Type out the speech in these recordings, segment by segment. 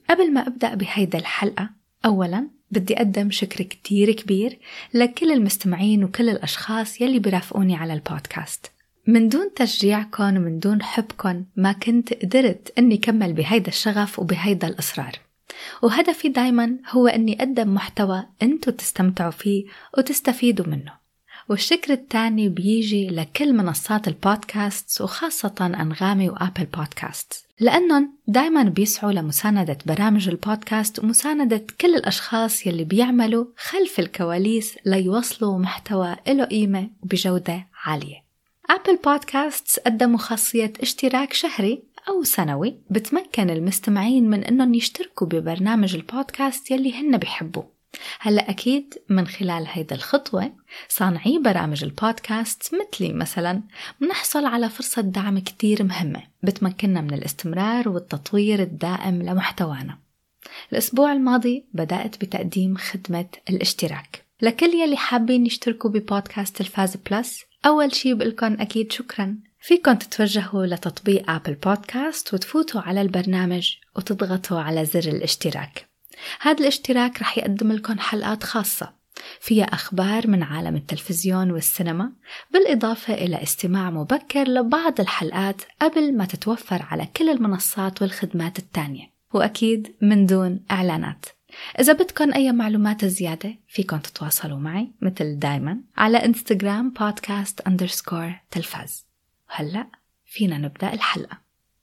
قبل ما أبدأ بهيدا الحلقة، أولاً بدي أقدم شكر كتير كبير لكل المستمعين وكل الأشخاص يلي برافقوني على البودكاست. من دون تشجيعكم ومن دون حبكم ما كنت قدرت أني كمل بهيدا الشغف وبهيدا الإصرار. وهدفي دايماً هو أني أقدم محتوى أنتوا تستمتعوا فيه وتستفيدوا منه. والشكر الثاني بيجي لكل منصات البودكاست وخاصة أنغامي وآبل بودكاست، لأنهم دايما بيسعوا لمساندة برامج البودكاست ومساندة كل الأشخاص يلي بيعملوا خلف الكواليس ليوصلوا محتوى له قيمة وبجودة عالية. آبل بودكاست قدموا خاصية اشتراك شهري أو سنوي بتمكن المستمعين من أنهم يشتركوا ببرنامج البودكاست يلي هن بيحبوه. هلأ أكيد من خلال هيدا الخطوة صانعي برامج البودكاست مثلي مثلا منحصل على فرصة دعم كتير مهمة بتمكننا من الاستمرار والتطوير الدائم لمحتوانا. الأسبوع الماضي بدأت بتقديم خدمة الاشتراك لكل يلي حابين يشتركوا ببودكاست الفاز بلس. أول شي بقولكن أكيد شكرا. فيكن تتوجهوا لتطبيق آبل بودكاست وتفوتوا على البرنامج وتضغطوا على زر الاشتراك. هذا الاشتراك رح يقدم لكم حلقات خاصة فيها أخبار من عالم التلفزيون والسينما، بالإضافة إلى استماع مبكر لبعض الحلقات قبل ما تتوفر على كل المنصات والخدمات التانية، وأكيد من دون إعلانات. إذا بدكم أي معلومات زيادة فيكم تتواصلوا معي مثل دايما على إنستغرام podcast_تلفاز. وهلأ فينا نبدأ الحلقة.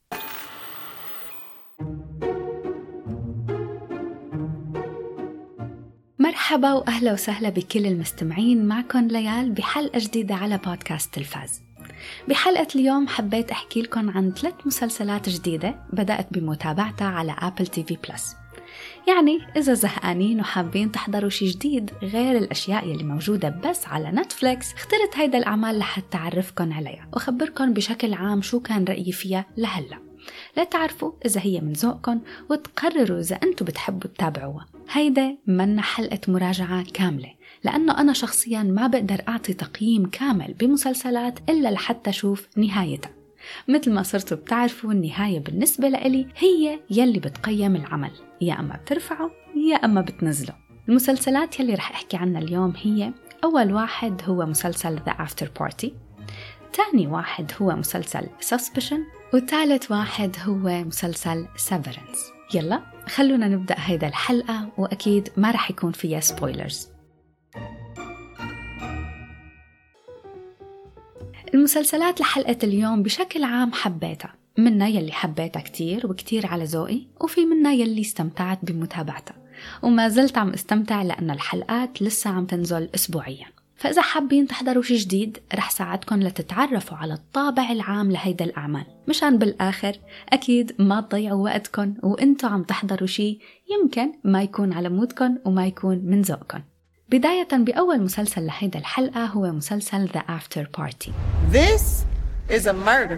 مرحبا وأهلا وسهلا بكل المستمعين، معكم ليال بحلقة جديدة على بودكاست تلفاز. بحلقة اليوم حبيت أحكي لكم عن 3 مسلسلات جديدة بدأت بمتابعتها على آبل تي في بلس. يعني إذا زهقانين وحابين تحضروا شي جديد غير الأشياء يلي موجودة بس على نتفليكس، اخترت هيدا الأعمال لحتى أعرفكم عليها وأخبركم بشكل عام شو كان رأيي فيها لهلأ، لا تعرفوا إذا هي من ذوقكم وتقرروا إذا أنتوا بتحبوا تتابعوها. هيدا منا حلقة مراجعة كاملة، لأنه أنا شخصياً ما بقدر أعطي تقييم كامل بمسلسلات إلا لحتى أشوف نهايتها. مثل ما صرتوا بتعرفوا النهاية بالنسبة لإلي هي يلي بتقيم العمل، يا أما بترفعه يا أما بتنزله. المسلسلات يلي رح أحكي عنها اليوم هي: أول واحد هو مسلسل The After Party، تاني واحد هو مسلسل Suspicion، وثالث واحد هو مسلسل Severance. يلا خلونا نبدأ هيدا الحلقة، وأكيد ما رح يكون فيها سبويلرز. المسلسلات لحلقة اليوم بشكل عام حبيتها، منا يلي حبيتها كتير وكتير على ذوقي، وفي منا يلي استمتعت بمتابعتها وما زلت عم استمتع لأن الحلقات لسه عم تنزل أسبوعيا. فإذا حابين تحضروا شي جديد رح ساعدكم لتتعرفوا على الطابع العام لهيدا الأعمال، مشان بالآخر أكيد ما تضيعوا وقتكم وإنتوا عم تحضروا شي يمكن ما يكون على مودكم وما يكون من ذوقكم. بداية بأول مسلسل لهيدا الحلقة هو مسلسل The After Party. This is a murder.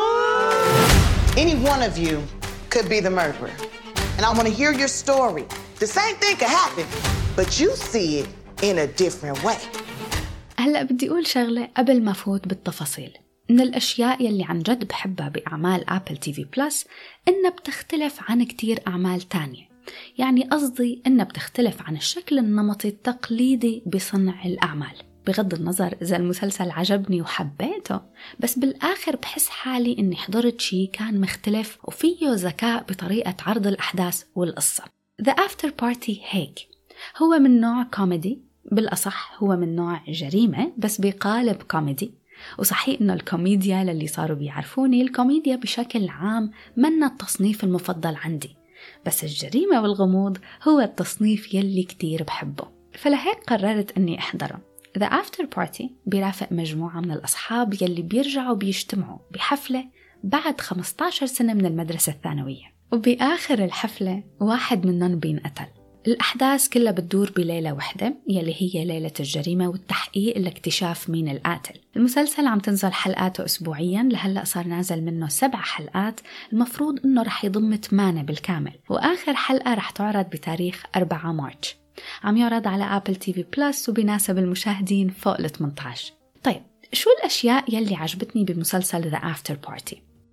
What? Any one of you could be the murderer. And I want to hear your story. The same thing could happen, but you see it in a different way. هلأ بدي أقول شغلة قبل ما فوت بالتفاصيل. من الأشياء يلي عن جد بحبها بأعمال آبل تي في بلس إنها بتختلف عن كتير أعمال تانية. يعني قصدي إنها بتختلف عن الشكل النمطي التقليدي بصنع الأعمال، بغض النظر إذا المسلسل عجبني وحبيته، بس بالآخر بحس حالي إني حضرت شي كان مختلف وفيه ذكاء بطريقة عرض الأحداث والقصة. The After Party هيك هو من نوع كوميدي، بالأصح هو من نوع جريمة بس بقالب كوميدي. وصحيح إنه الكوميديا للي صاروا بيعرفوني، الكوميديا بشكل عام منا التصنيف المفضل عندي، بس الجريمة والغموض هو التصنيف يلي كتير بحبه، فلهيك قررت أني أحضره. The After Party بيرافق مجموعة من الأصحاب يلي بيرجعوا بيجتمعوا بحفلة بعد 15 سنة من المدرسة الثانوية، وبآخر الحفلة واحد منهم بينقتل. الأحداث كلها بتدور بليلة واحدة يلي هي ليلة الجريمة والتحقيق لاكتشاف مين القاتل. المسلسل عم تنزل حلقاته أسبوعيا، لهلأ صار نازل منه 7 حلقات، المفروض إنه رح يضم 8 بالكامل، وآخر حلقة رح تعرض بتاريخ 4 مارس. عم يعرض على آبل تي في بلس وبيناسب المشاهدين فوق ال 18. طيب شو الأشياء يلي عجبتني بمسلسل The After Party؟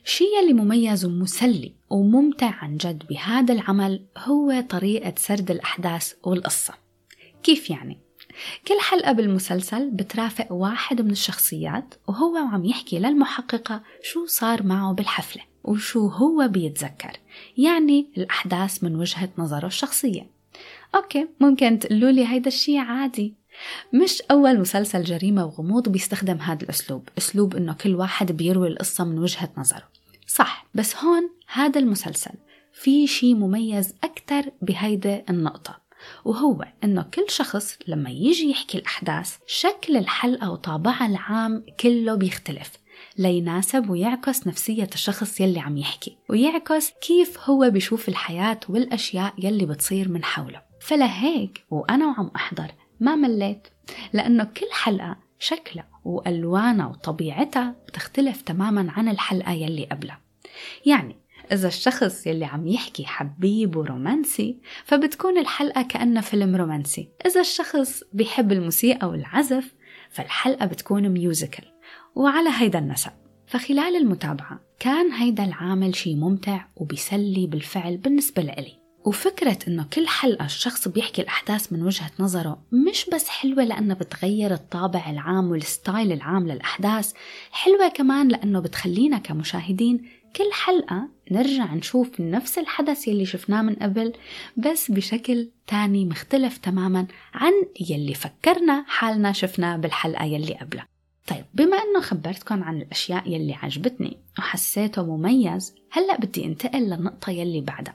الشيء اللي مميز ومسلي وممتع عن جد بهذا العمل هو طريقة سرد الأحداث والقصة. كيف يعني؟ كل حلقة بالمسلسل بترافق واحد من الشخصيات وهو عم يحكي للمحققة شو صار معه بالحفلة وشو هو بيتذكر، يعني الأحداث من وجهة نظره الشخصية. أوكي، ممكن تقولولي هيدا الشيء عادي، مش أول مسلسل جريمة وغموض بيستخدم هذا الأسلوب، أسلوب إنه كل واحد بيروي القصة من وجهة نظره. صح، بس هون هذا المسلسل في شيء مميز أكتر بهيدا النقطة، وهو إنه كل شخص لما يجي يحكي الأحداث شكل الحلقة وطابعها العام كله بيختلف ليناسب ويعكس نفسية الشخص يلي عم يحكي، ويعكس كيف هو بيشوف الحياة والأشياء يلي بتصير من حوله. فلهيك وأنا وعم أحضر ما مليت، لأنه كل حلقة شكلها وألوانها وطبيعتها بتختلف تماماً عن الحلقة يلي قبلها. يعني إذا الشخص يلي عم يحكي حبيب ورومانسي فبتكون الحلقة كأنها فيلم رومانسي، إذا الشخص بيحب الموسيقى والعزف فالحلقة بتكون ميوزيكال، وعلى هيدا النسق. فخلال المتابعة كان هيدا العامل شي ممتع وبيسلي بالفعل بالنسبة لإلي. وفكرة إنه كل حلقة الشخص بيحكي الأحداث من وجهة نظره مش بس حلوة لأنه بتغير الطابع العام والستايل العام للأحداث، حلوة كمان لأنه بتخلينا كمشاهدين كل حلقة نرجع نشوف نفس الحدث يلي شفناه من قبل بس بشكل تاني مختلف تماما عن يلي فكرنا حالنا شفناه بالحلقة يلي قبلها. طيب، بما أنه خبرتكم عن الأشياء يلي عجبتني وحسيته مميز، هلأ بدي انتقل للنقطة يلي بعدها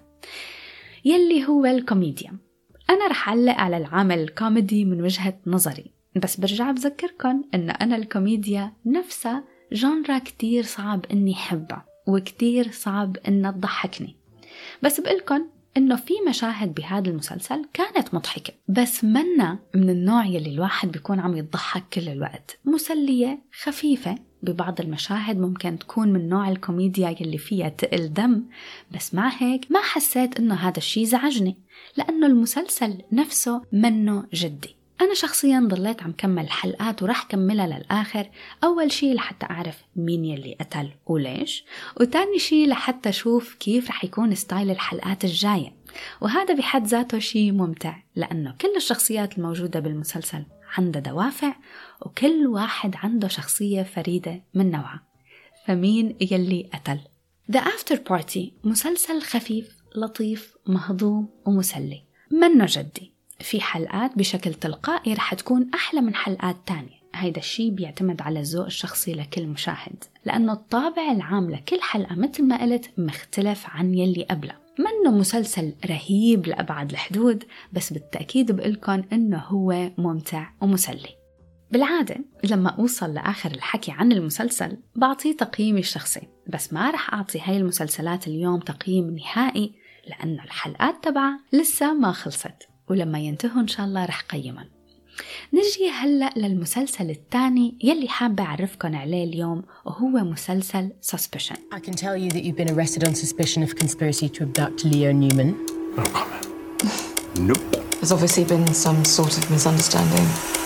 يلي هو الكوميديا. أنا رح أعلق على العامل الكوميدي من وجهة نظري، بس برجع بذكركم أن أنا الكوميديا نفسها جانرا كتير صعب أني حبها وكتير صعب أنها تضحكني. بس بقولكم أنه في مشاهد بهذا المسلسل كانت مضحكة، بس منا من النوع يلي الواحد بيكون عم يضحك كل الوقت، مسلية خفيفة. ببعض المشاهد ممكن تكون من نوع الكوميديا يلي فيها تقل دم، بس مع هيك ما حسيت أنه هذا الشيء زعجني، لأنه المسلسل نفسه منه جدي. أنا شخصياً ضليت عم كمل الحلقات ورح كملها للآخر، أول شيء لحتى أعرف مين يلي قتل وليش، وتاني شيء لحتى أشوف كيف رح يكون ستايل الحلقات الجاية. وهذا بحد ذاته شيء ممتع، لأنه كل الشخصيات الموجودة بالمسلسل عندها دوافع، وكل واحد عنده شخصية فريدة من نوعها. فمين يلي قتل؟ The After Party مسلسل خفيف لطيف مهضوم ومسلي، منه جدي. في حلقات بشكل تلقائي رح تكون أحلى من حلقات تانية، هيدا الشيء بيعتمد على الذوق الشخصي لكل مشاهد، لأنه الطابع العام لكل حلقة مثل ما قلت مختلف عن يلي قبله. منه مسلسل رهيب لأبعد الحدود، بس بالتأكيد بقولكم إنه هو ممتع ومسلي. بالعادة لما أوصل لآخر الحكي عن المسلسل بعطيه تقييمي الشخصي، بس ما رح أعطي هاي المسلسلات اليوم تقييم نهائي لأنه الحلقات تبعها لسه ما خلصت، ولما ينتهوا إن شاء الله رح قيمهم. نجي هلأ للمسلسل الثاني يلي حابة أعرفكم عليه اليوم، وهو مسلسل Suspicion. I can tell you that you've been arrested on suspicion of conspiracy to abduct Leo Newman. No comment. Nope. There's obviously been some sort of misunderstanding.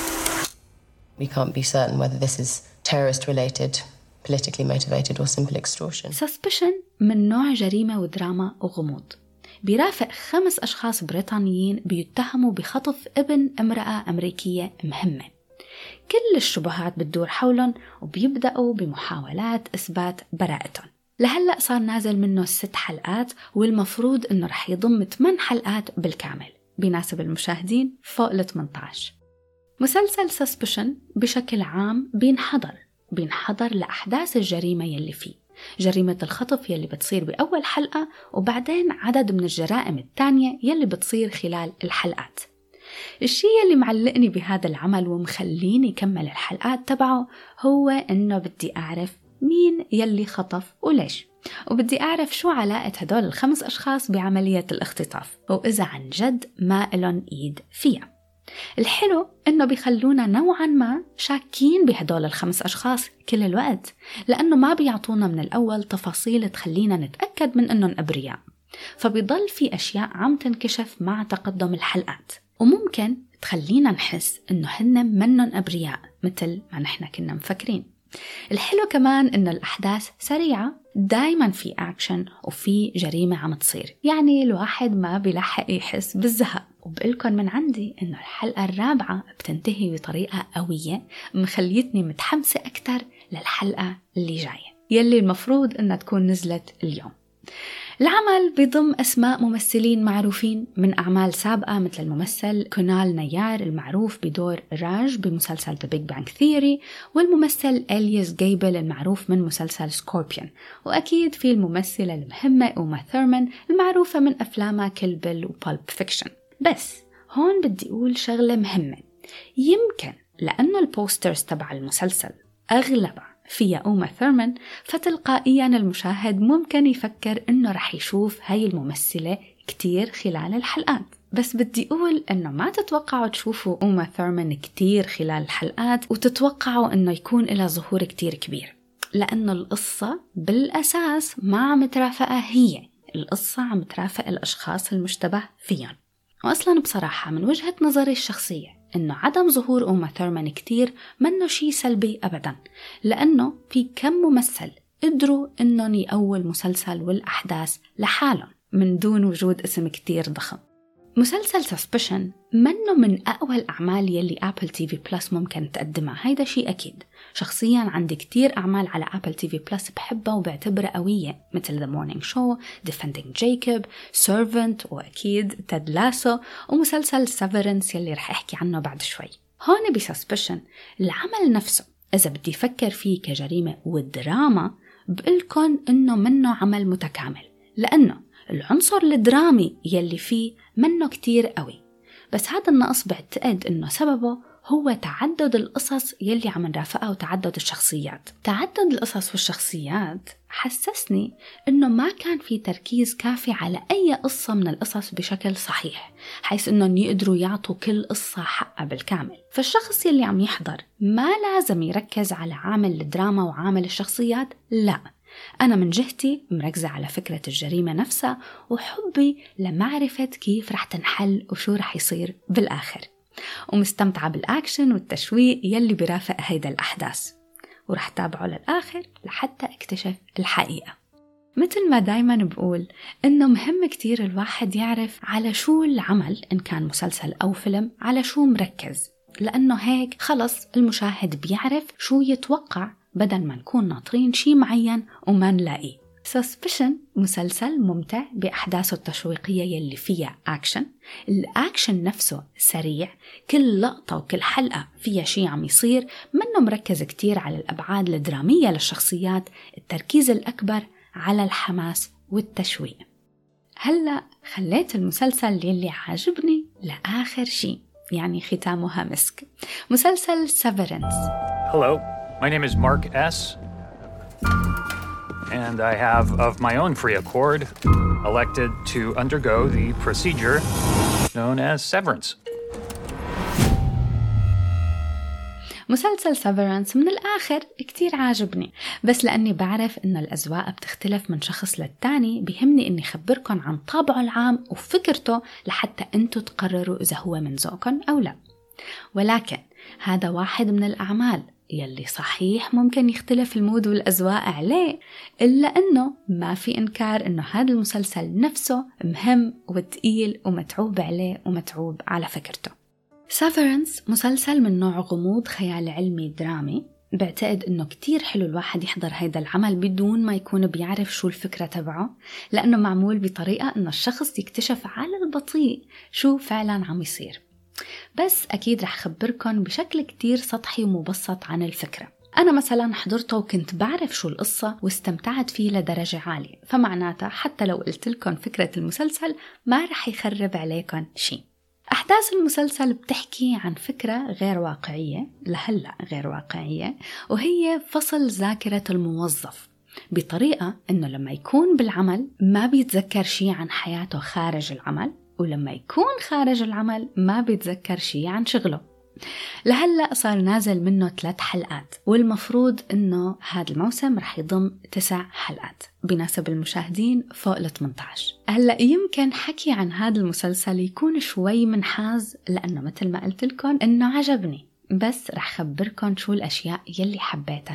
We can't be certain whether this is terrorist-related, politically motivated or simple extortion. Suspicion من نوع جريمة ودراما وغموض، بيرافق 5 أشخاص بريطانيين بيتهموا بخطف ابن امرأة أمريكية مهمة. كل الشبهات بتدور حولهم وبيبدأوا بمحاولات إثبات براءتهم. لهلأ صار نازل منه 6 حلقات، والمفروض إنه رح يضم 8 حلقات بالكامل بيناسب المشاهدين فوق ال 18. مسلسل Suspicion بشكل عام بينحضر لأحداث الجريمة يلي فيه، جريمة الخطف يلي بتصير بأول حلقة، وبعدين عدد من الجرائم الثانية يلي بتصير خلال الحلقات. الشيء يلي معلقني بهذا العمل ومخليني كمل الحلقات تبعه هو إنه بدي أعرف مين يلي خطف وليش، وبدي أعرف شو علاقة هدول 5 أشخاص بعملية الاختطاف، وإذا عن جد ما إلن إيد فيها. الحلو إنه بيخلونا نوعاً ما شاكين بهدول 5 أشخاص كل الوقت، لأنه ما بيعطونا من الأول تفاصيل تخلينا نتأكد من إنهم أبرياء، فبيضل في أشياء عم تنكشف مع تقدم الحلقات، وممكن تخلينا نحس إنه هن منن أبرياء مثل ما نحن كنا مفكرين. الحلو كمان إنه الأحداث سريعة، دايما في أكشن وفي جريمة عم تصير، يعني الواحد ما بيلحق يحس بالزهق. وبقلكن من عندي إنه الحلقة الرابعة بتنتهي بطريقة قوية مخليتني متحمسة أكتر للحلقة اللي جاية يلي المفروض إنها تكون نزلت اليوم. العمل بيضم أسماء ممثلين معروفين من أعمال سابقة مثل الممثل كونال نيار المعروف بدور راج بمسلسل The Big Bang Theory، والممثل إلياس جيبل المعروف من مسلسل سكوربيون، وأكيد في الممثلة المهمة أوما ثورمان المعروفة من أفلامها كيل بيل وبالب فيكشن. بس هون بدي أقول شغلة مهمة، يمكن لأنه البوسترز تبع المسلسل أغلبها فيها أوما ثورمان فتلقائيا المشاهد ممكن يفكر إنه رح يشوف هاي الممثلة كتير خلال الحلقات. بس بدي أقول إنه ما تتوقعوا تشوفوا أوما ثورمان كتير خلال الحلقات وتتوقعوا إنه يكون لها ظهور كتير كبير، لأنه القصة بالأساس ما عم ترافقها هي، القصة عم ترافق الأشخاص المشتبه فيهم. وأصلا بصراحة من وجهة نظري الشخصية إنه عدم ظهور أوما ثورمان كتير منه شيء سلبي أبدا، لأنه في كم ممثل قدروا إنهم يقووا المسلسل والأحداث لحالهم من دون وجود اسم كتير ضخم. مسلسل سسبشن منه من أقوى الأعمال يلي أبل تي في بلس ممكن تقدمها، هيدا شيء أكيد. شخصياً عندي كتير أعمال على أبل تي في بلس بحبها وبعتبرها قوية، مثل The Morning Show، Defending Jacob، Servant، وأكيد تيد لاسو، ومسلسل Severance يلي رح أحكي عنه بعد شوي. هون بسسبشن العمل نفسه إذا بدي فكر فيه كجريمة ودراما بقولكن إنه منه عمل متكامل، لأنه العنصر الدرامي يلي فيه منه كتير قوي. بس هذا النقص بعتقد إنه سببه هو تعدد القصص يلي عم نرافقها وتعدد الشخصيات. تعدد القصص والشخصيات حسسني إنه ما كان في تركيز كافي على أي قصة من القصص بشكل صحيح، حيث إنهم يقدروا يعطوا كل قصة حقها بالكامل. فالشخص يلي عم يحضر ما لازم يركز على عامل الدراما وعامل الشخصيات، لا، أنا من جهتي مركزة على فكرة الجريمة نفسها وحبي لمعرفة كيف رح تنحل وشو رح يصير بالآخر، ومستمتعة بالأكشن والتشويق يلي برافق هيدا الأحداث، ورح تابعه للآخر لحتى اكتشف الحقيقة. مثل ما دايما بقول إنه مهم كتير الواحد يعرف على شو العمل إن كان مسلسل أو فيلم على شو مركز، لأنه هيك خلص المشاهد بيعرف شو يتوقع بدل ما نكون ناطرين شي معين وما نلاقيه. سسبشن مسلسل ممتع بأحداثه التشويقية يلي فيها أكشن، الأكشن نفسه سريع، كل لقطة وكل حلقة فيها شي عم يصير، منه مركز كتير على الأبعاد الدرامية للشخصيات، التركيز الأكبر على الحماس والتشويق. هلأ خليت المسلسل يلي عاجبني لآخر شي، يعني ختامها مسك، مسلسل Severance. Hello, my name is Mark S. And I have, of my own free accord, elected to undergo the procedure known as severance. مسلسل Severance من الآخر كتير عاجبني، بس لأني بعرف إن الأذواق بتختلف من شخص للتاني بيهمني إني خبركن عن طابعه العام وفكرته لحتى أنتوا تقرروا إذا هو من ذوقكن أو لا. ولكن هذا واحد من الأعمال يلي صحيح ممكن يختلف المود والأذواق عليه، إلا أنه ما في إنكار أنه هذا المسلسل نفسه مهم وتقيل ومتعوب عليه ومتعوب على فكرته. Severance مسلسل من نوع غموض خيال علمي درامي، بعتقد أنه كتير حلو الواحد يحضر هيدا العمل بدون ما يكون بيعرف شو الفكرة تبعه، لأنه معمول بطريقة أنه الشخص يكتشف على البطيء شو فعلا عم يصير. بس أكيد رح خبركن بشكل كتير سطحي ومبسط عن الفكرة. أنا مثلا حضرته وكنت بعرف شو القصة واستمتعت فيه لدرجة عالية، فمعناتها حتى لو قلت لكم فكرة المسلسل ما رح يخرب عليكم شيء. أحداث المسلسل بتحكي عن فكرة غير واقعية، لهلأ غير واقعية، وهي فصل ذاكرة الموظف بطريقة إنه لما يكون بالعمل ما بيتذكر شيء عن حياته خارج العمل، ولما يكون خارج العمل ما بيتذكر شيء عن شغله. لهلأ صار نازل منه 3 حلقات، والمفروض إنه هذا الموسم رح يضم 9 حلقات بيناسب المشاهدين فوق ال 18. هلأ يمكن حكي عن هذا المسلسل يكون شوي منحاز، لأنه مثل ما قلت لكم إنه عجبني، بس رح خبركم شو الأشياء يلي حبيتها فيه.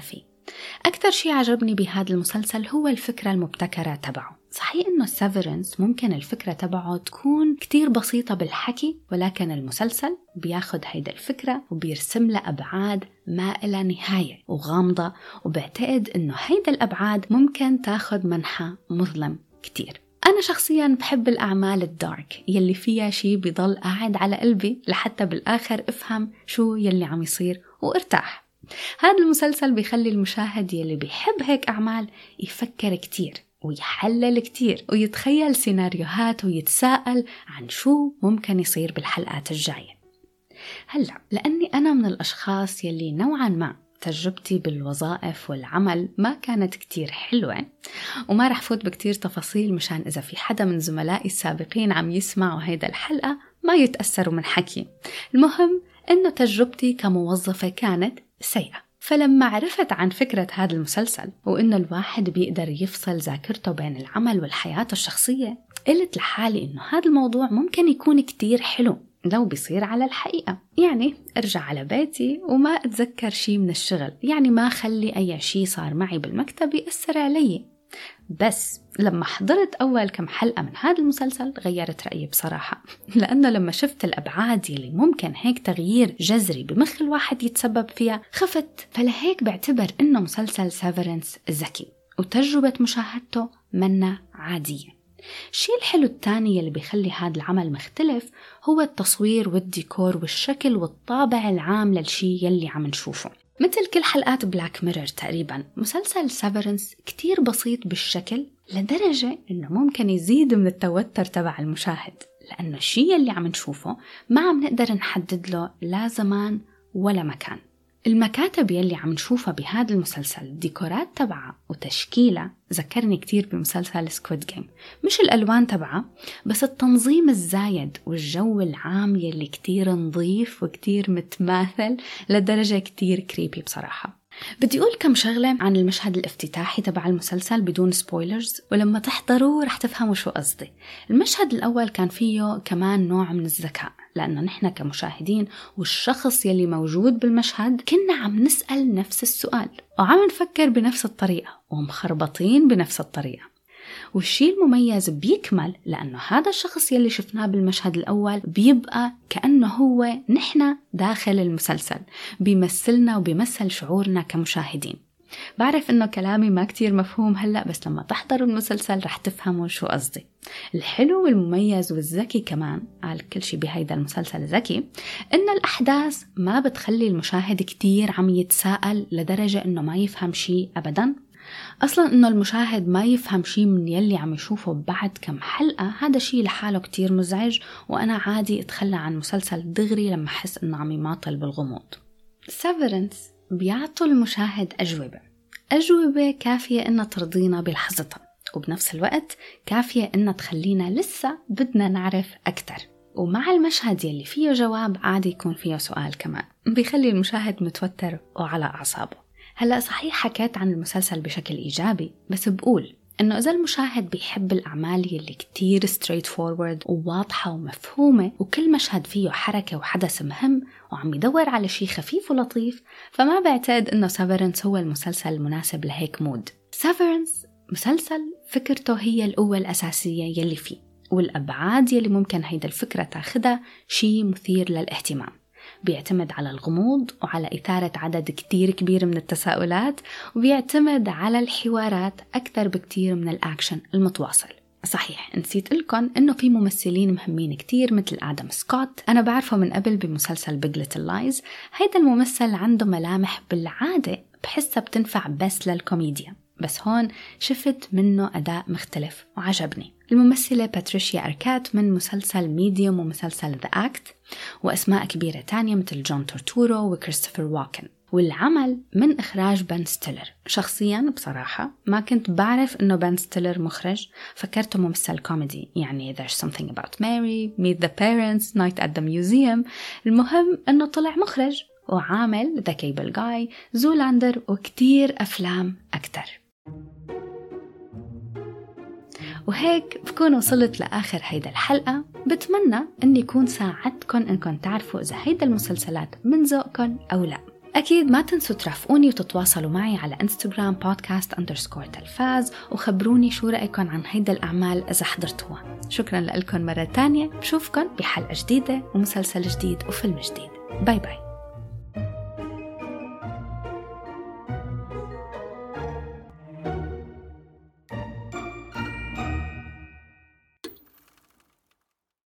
أكثر شيء عجبني بهذا المسلسل هو الفكرة المبتكرة تبعه. صحيح إنه سيفرنس ممكن الفكرة تبعه تكون كتير بسيطة بالحكي، ولكن المسلسل بياخد هيدا الفكرة وبيرسم لها أبعاد ما إلى نهاية وغامضة، وبعتقد إنه هيدا الأبعاد ممكن تاخد منحى مظلم كتير. أنا شخصياً بحب الأعمال الدارك يلي فيها شي بيضل قاعد على قلبي لحتى بالآخر أفهم شو يلي عم يصير وارتاح. هذا المسلسل بيخلي المشاهد يلي بيحب هيك أعمال يفكر كتير ويحلل كتير ويتخيل سيناريوهات ويتساءل عن شو ممكن يصير بالحلقات الجاية. هلأ لأني أنا من الأشخاص يلي نوعاً ما تجربتي بالوظائف والعمل ما كانت كتير حلوة، وما رح فوت بكتير تفاصيل مشان إذا في حدا من زملائي السابقين عم يسمعوا هيدا الحلقة ما يتأثروا من حكي. المهم إنه تجربتي كموظفة كانت سيئة. فلما عرفت عن فكرة هذا المسلسل وإنه الواحد بيقدر يفصل ذاكرته بين العمل والحياة الشخصية، قلت لحالي إنه هذا الموضوع ممكن يكون كتير حلو لو بيصير على الحقيقة. يعني أرجع على بيتي وما أتذكر شي من الشغل، يعني ما خلي أي شي صار معي بالمكتب يأثر علي. بس لما حضرت أول كم حلقة من هذا المسلسل غيرت رأيي بصراحة، لأنه لما شفت الأبعاد اللي ممكن هيك تغيير جذري بمخ الواحد يتسبب فيها خفت. فلهيك بعتبر إنه مسلسل سيفرنس ذكي وتجربة مشاهدته منا عادية. الشيء الحلو الثاني اللي بيخلي هذا العمل مختلف هو التصوير والديكور والشكل والطابع العام للشيء يلي عم نشوفه. مثل كل حلقات بلاك ميرور تقريبا، مسلسل سيفرنس كتير بسيط بالشكل لدرجة إنه ممكن يزيد من التوتر تبع المشاهد، لأنه الشيء اللي عم نشوفه ما عم نقدر نحدد له لا زمان ولا مكان. المكاتب يلي عم نشوفها بهذا المسلسل الديكورات تبعها وتشكيلها ذكرني كتير بمسلسل سكويد جيم، مش الألوان تبعها بس التنظيم الزايد والجو العام يلي كتير نظيف وكتير متماثل لدرجة كتير كريبي بصراحة. بدي أقول كم شغلة عن المشهد الافتتاحي تبع المسلسل بدون سبويلرز، ولما تحضروا رح تفهموا شو قصدي. المشهد الأول كان فيه كمان نوع من الذكاء، لأنه نحن كمشاهدين والشخص يلي موجود بالمشهد كنا عم نسأل نفس السؤال وعم نفكر بنفس الطريقة ومخربطين بنفس الطريقة. والشيء المميز بيكمل لأنه هذا الشخص يلي شفناه بالمشهد الأول بيبقى كأنه هو نحن داخل المسلسل، بيمثلنا وبيمثل شعورنا كمشاهدين. بعرف إنه كلامي ما كتير مفهوم هلأ، بس لما تحضروا المسلسل رح تفهموا شو قصدي. الحلو والمميز والذكي كمان على كل شيء بهيدا المسلسل ذكي إن الأحداث ما بتخلي المشاهد كتير عم يتساءل لدرجة إنه ما يفهم شيء أبداً. أصلاً إنه المشاهد ما يفهم شيء من يلي عم يشوفه بعد كم حلقة هذا شيء لحاله كتير مزعج، وأنا عادي أتخلى عن مسلسل دغري لما أحس إنه عم يماطل بالغموض. سيفرنس بيعطوا المشاهد أجوبة كافية إنها ترضينا بلحظتها، وبنفس الوقت كافية إنها تخلينا لسه بدنا نعرف أكتر. ومع المشهد يلي فيه جواب عادي يكون فيه سؤال كمان، بيخلي المشاهد متوتر وعلى أعصابه. هلأ صحيح حكيت عن المسلسل بشكل إيجابي، بس بقول إنه إذا المشاهد بيحب الأعمال يلي كتير straight forward وواضحة ومفهومة وكل مشهد فيه حركة وحدث مهم وعم يدور على شيء خفيف ولطيف، فما بعتقد إنه سيفرنس هو المسلسل المناسب لهيك مود. سيفرنس مسلسل فكرته هي القوة الأساسية يلي فيه، والأبعاد يلي ممكن هيدا الفكرة تاخدها شيء مثير للاهتمام. بيعتمد على الغموض وعلى إثارة عدد كتير كبير من التساؤلات، وبيعتمد على الحوارات أكثر بكتير من الأكشن المتواصل. صحيح نسيت لكم إنه في ممثلين مهمين كتير مثل آدم سكوت، أنا بعرفه من قبل بمسلسل بيج ليتل لايز. هيدا الممثل عنده ملامح بالعادة بحسها بتنفع بس للكوميديا، بس هون شفت منه أداء مختلف وعجبني. الممثلة باتريشيا أركات من مسلسل ميديوم ومسلسل ذا أكت، وأسماء كبيرة تانية مثل جون تورتورو وكريستوفر واكن. والعمل من إخراج بن ستيلر. شخصياً بصراحة ما كنت بعرف إنه بن ستيلر مخرج، فكرته ممثل كوميدي، يعني There's Something About Mary, Meet the Parents, Night at the Museum. المهم إنه طلع مخرج وعامل The Cable Guy, زولاندر وكتير أفلام أكتر. وهيك بكون وصلت لآخر هيدا الحلقة. بتمنى أني يكون ساعدتكم أنكم تعرفوا إذا هيدا المسلسلات من ذوقكم أو لا. أكيد ما تنسوا ترافقوني وتتواصلوا معي على إنستغرام podcast_تلفاز وخبروني شو رأيكم عن هيدا الأعمال إذا حضرتوها. شكرا لكم مرة تانية، بشوفكن بحلقة جديدة ومسلسل جديد وفيلم جديد. باي باي.